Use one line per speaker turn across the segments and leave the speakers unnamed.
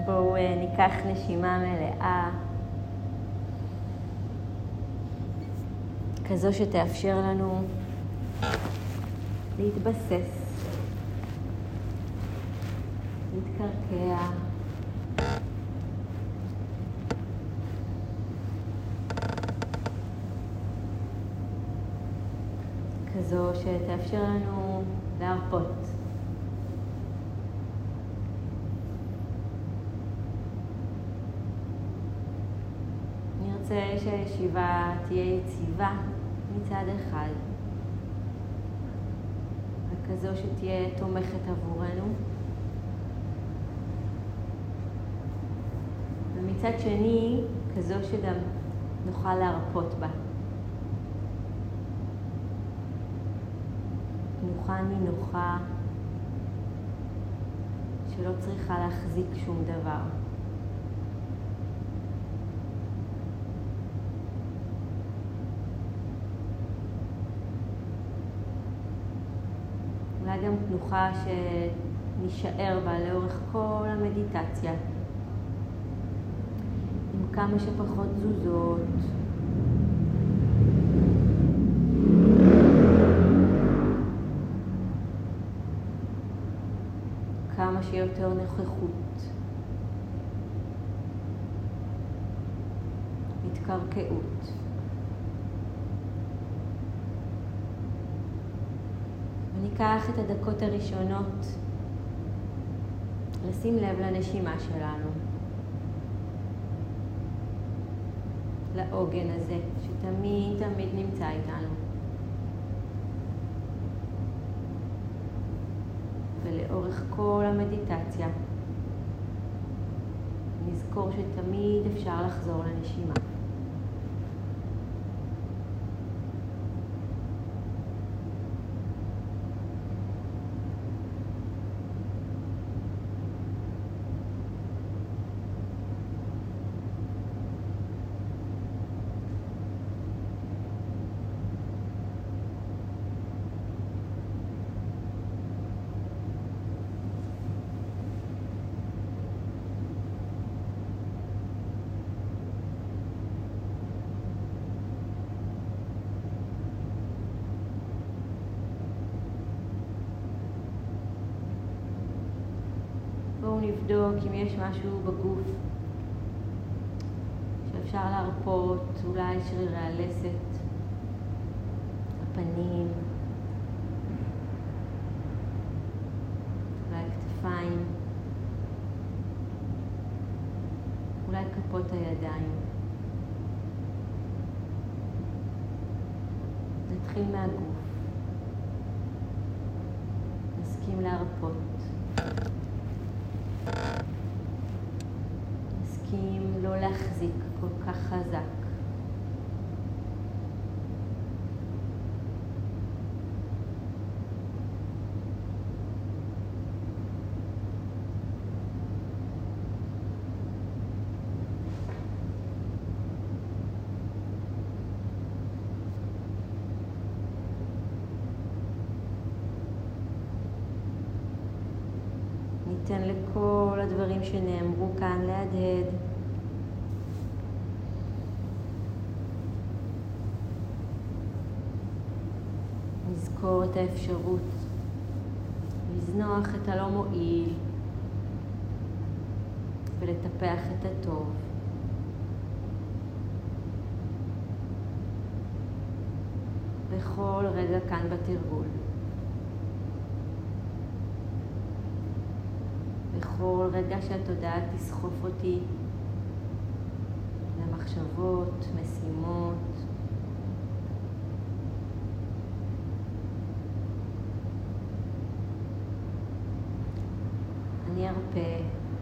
בואו ניקח נשימה מלאה, כזו שתאפשר לנו להתבסס, להתקרקע, כזו שתאפשר לנו להרפות. אני רוצה שהישיבה תהיה יציבה מצד אחד, וכזו שתהיה תומכת עבורנו, ומצד שני כזו שגם נוכל להרפות בה. נוחה נינוחה שלא צריכה להחזיק שום דבר. אולי גם תנוחה שנשאר בה לאורך כל המדיטציה, עם כמה שפחות תזוזות, כמה שיותר נוכחות, התקרקעות. וניקח את הדקות הראשונות לשים לב לנשימה שלנו, לעוגן הזה שתמיד תמיד נמצא איתנו, ולאורך כל המדיטציה נזכור שתמיד אפשר לחזור לנשימה. בואו נבדוק אם יש משהו בגוף שאפשר להרפות, אולי שרירי הלסת, הפנים, אולי הכתפיים, אולי כפות הידיים. נתחיל מהגוף. נסכים להרפות. נסכים לא להחזיק כל כך חזק. ניתן לכל הדברים שנאמרו כאן להדהד. נזכור את האפשרות לזנוח את הלא מועיל ולטפח את הטוב. בכל רגע כאן בתרגול. בכל רגע שהתודעה תסחוף אותי למחשבות, משימות, אני ארפה.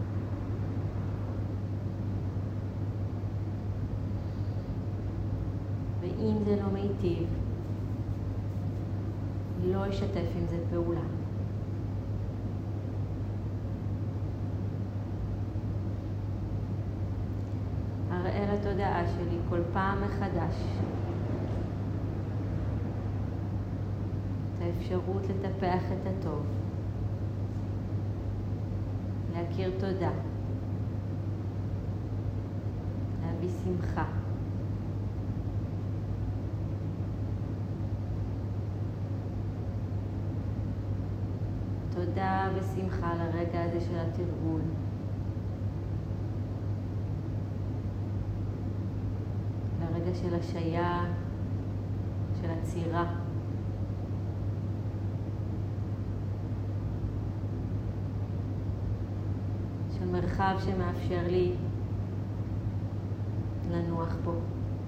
ואם זה לא מיטיב, לא אשתף עם זה פעולה. אראה לתודעה שלי כל פעם מחדש את האפשרות לטפח את הטוב, להכיר תודה, בשמחה. תודה ושמחה לרגע הזה של התרגול. לרגע של השעיה, של עצירה. של מרחב שמאפשר לי לנוח בו.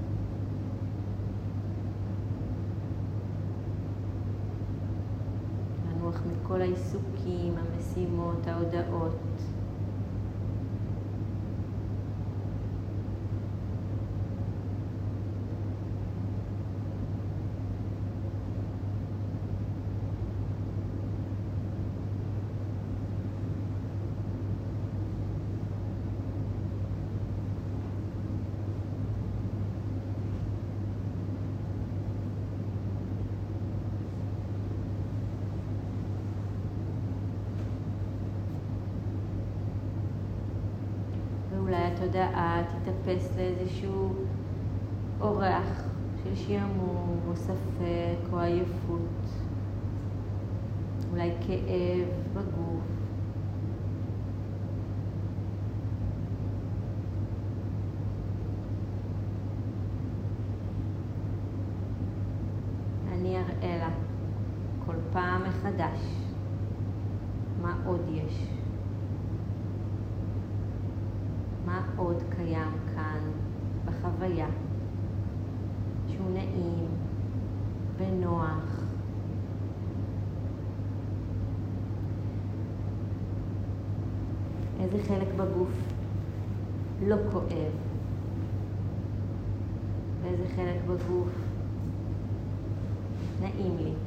לנוח מכל העיסוקים, המשימות, ההודעות. אולי התודעה תתאפס לאיזשהו אורח של שעמום או ספק או עייפות. אולי כאב בגוף. אני אראה לה כל פעם מחדש מה עוד יש. מה עוד קיים כאן בחוויה שהוא נעים ונוח. איזה חלק בגוף לא כואב, ואיזה חלק בגוף נעים לי.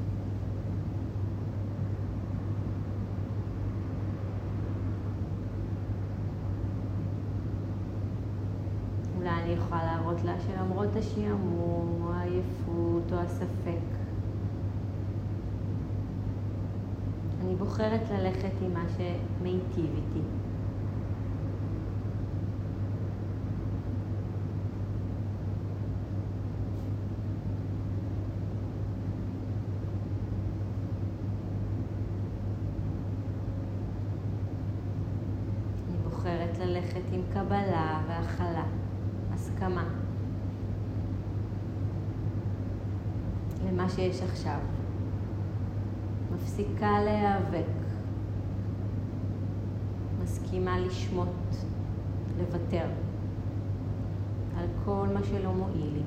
אולי אני יכולה להראות לה שלמרות השעמום או העייפות או הספק, אני בוחרת ללכת עם מה שמיטיב איתי. אני בוחרת ללכת עם קבלה והכלה. הסכמה למה שיש עכשיו. מפסיקה להיאבק. מסכימה לשמות, לוותר על כל מה שלא מועיל לי.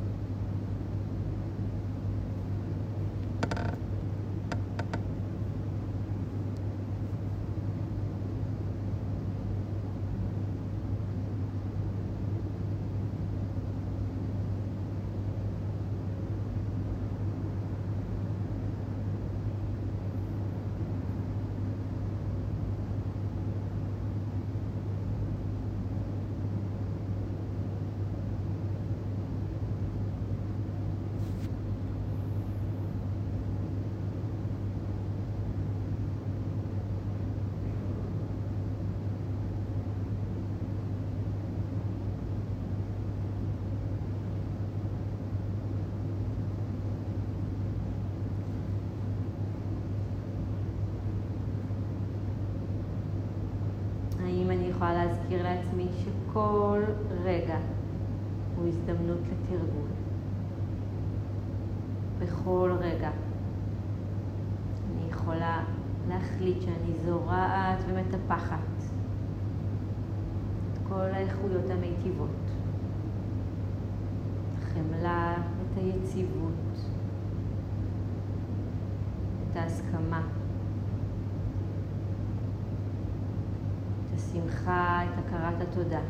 האם אני יכולה להזכיר לעצמי שכל רגע הוא הזדמנות לתרגול? בכל רגע אני יכולה להחליט שאני זורעת ומטפחת את כל האיכויות המיטיבות, את החמלה, את היציבות, את ההסכמה, את השמחה, את הכרת התודה.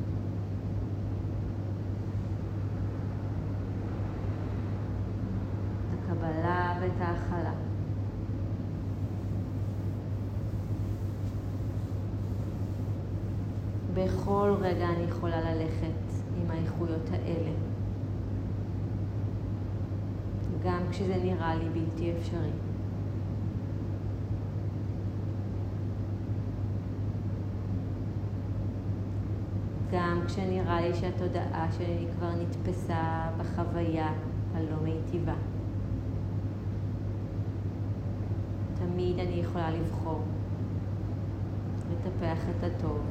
את הקבלה ואת ההכלה. בכל רגע אני יכולה ללכת עם האיכויות האלה, גם כשזה נראה לי בלתי אפשרי. גם כשנראה לי שהתודעה שלי כבר נתפסה בחוויה הלא מיטיבה. תמיד אני יכולה לבחור לטפח את הטוב.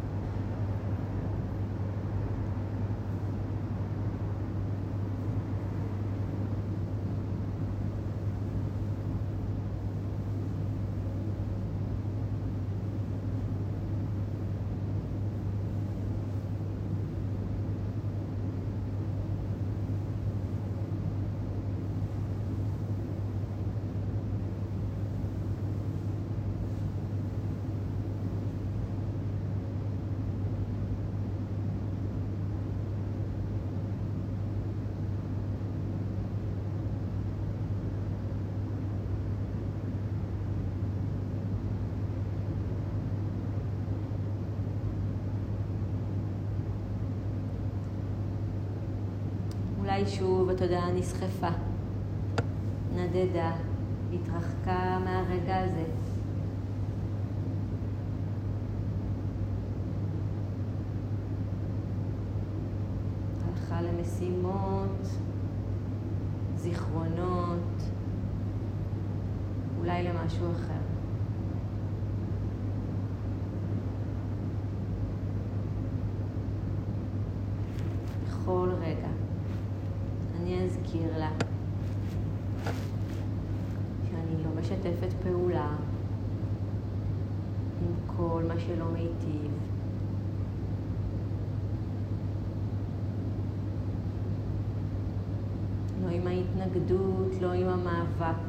אולי שוב התודעה נסחפה, נדדה, התרחקה מהרגע הזה. הלכה למשימות, זיכרונות, אולי למשהו אחר. בכל רגע אני אזכיר לה שאני לא משתפת פעולה עם כל מה שלא מיטיב. לא עם ההתנגדות, לא עם המאבק.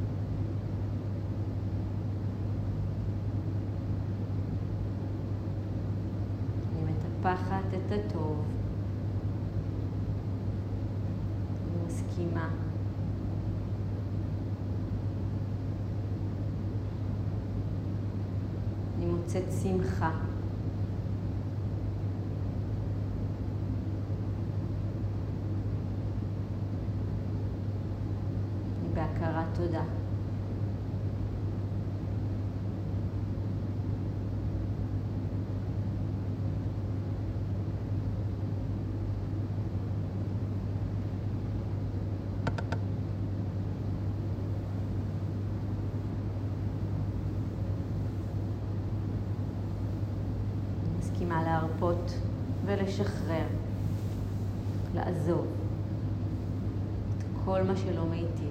אני מטפחת את הטוב. מסכימה. אני מוצאת שמחה. אני בהכרת תודה. מסכימה להרפות ולשחרר, לעזוב את כל מה שלא מיטיב.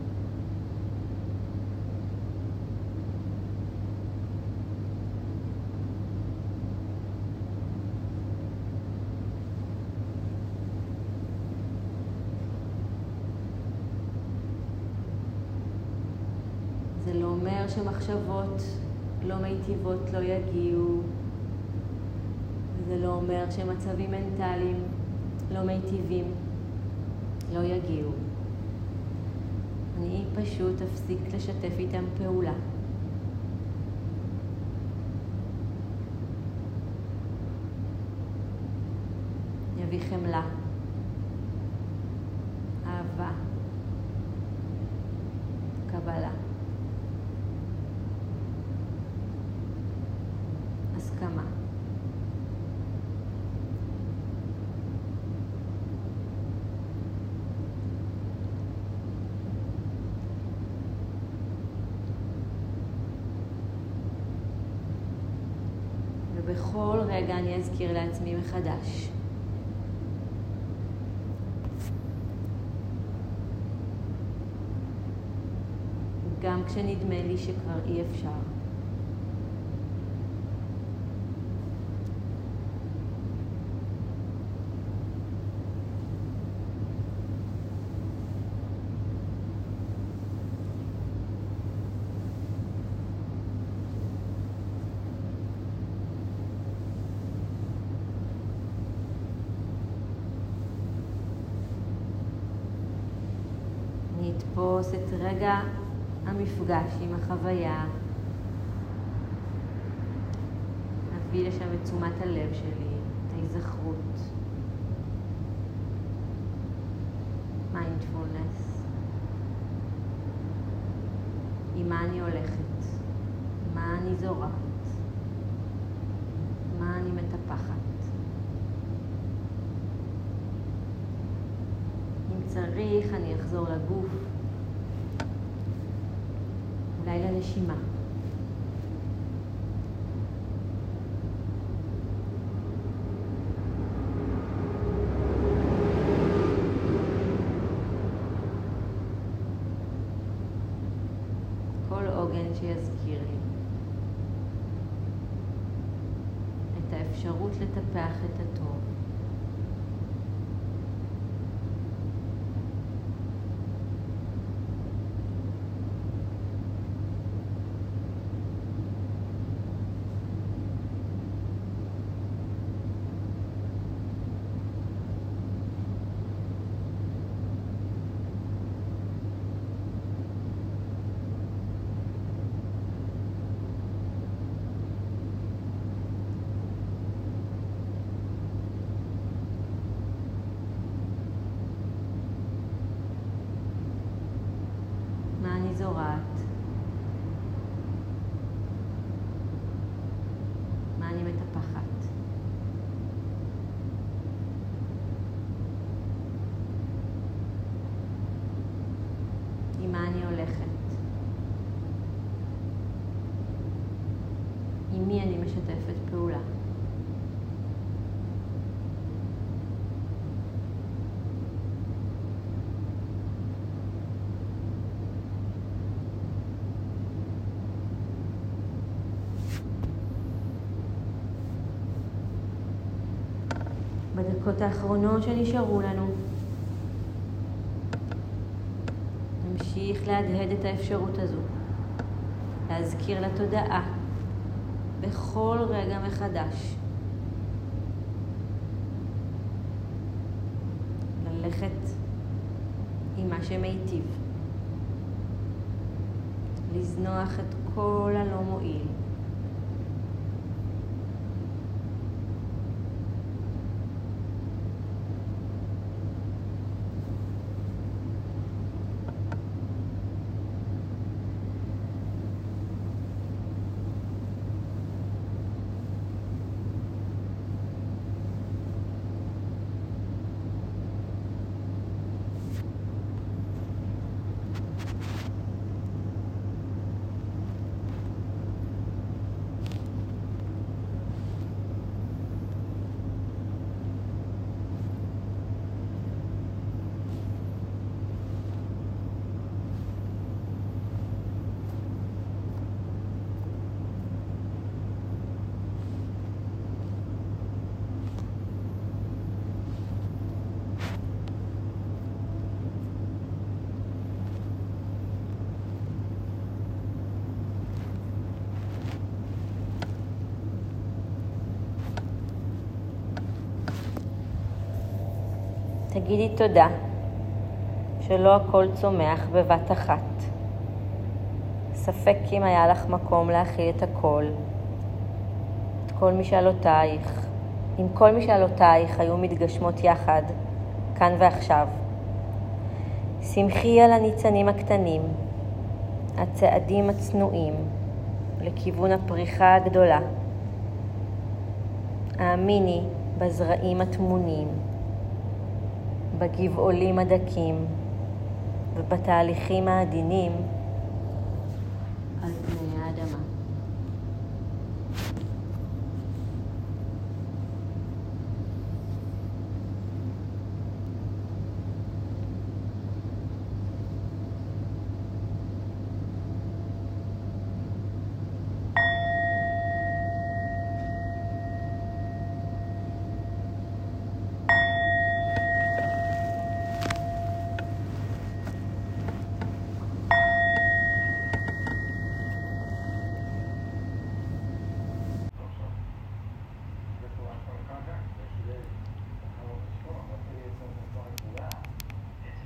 זה לא אומר שמחשבות לא מיטיבות לא יגיעו. זה לא אומר שמצבים מנטליים לא מיטיבים לא יגיעו. אני פשוט אפסיק לשתף איתם פעולה. יביא חמלה, אהבה, קבלה, הסכמה. ובכל רגע אני אזכיר לעצמי מחדש. גם כשנדמה לי שכבר אי אפשר. נתפוס את רגע המפגש עם החוויה. נביא לשם את תשומת הלב שלי, את ההיזכרות. מיינדפולנס. עם מה אני הולכת? מה אני זורעת? מה אני מטפחת? צריך, אני אחזור לגוף, אולי לנשימה. כל עוגן שיזכיר לי את האפשרות לטפח את הטוב. מה אני זורעת? מה אני מטפחת? עם מה אני הולכת? עם מי אני משתפת פעולה? בדקות האחרונות שנשארו לנו, נמשיך להדהד את האפשרות הזו, להזכיר לתודעה בכל רגע מחדש, ללכת עם מה שמיטיב, לזנוח את כל הלא מועיל, תגידי תודה שלא הכל צומח בבת אחת. ספק אם היה לך מקום להכיל את הכל, את כל משאלותייך, אם כל משאלותייך היו מתגשמות יחד, כאן ועכשיו. שמחי על הניצנים הקטנים, הצעדים הצנועים, לכיוון הפריחה הגדולה. האמיני בזרעים התמונים, בגבעולים הדקים ובתהליכים העדינים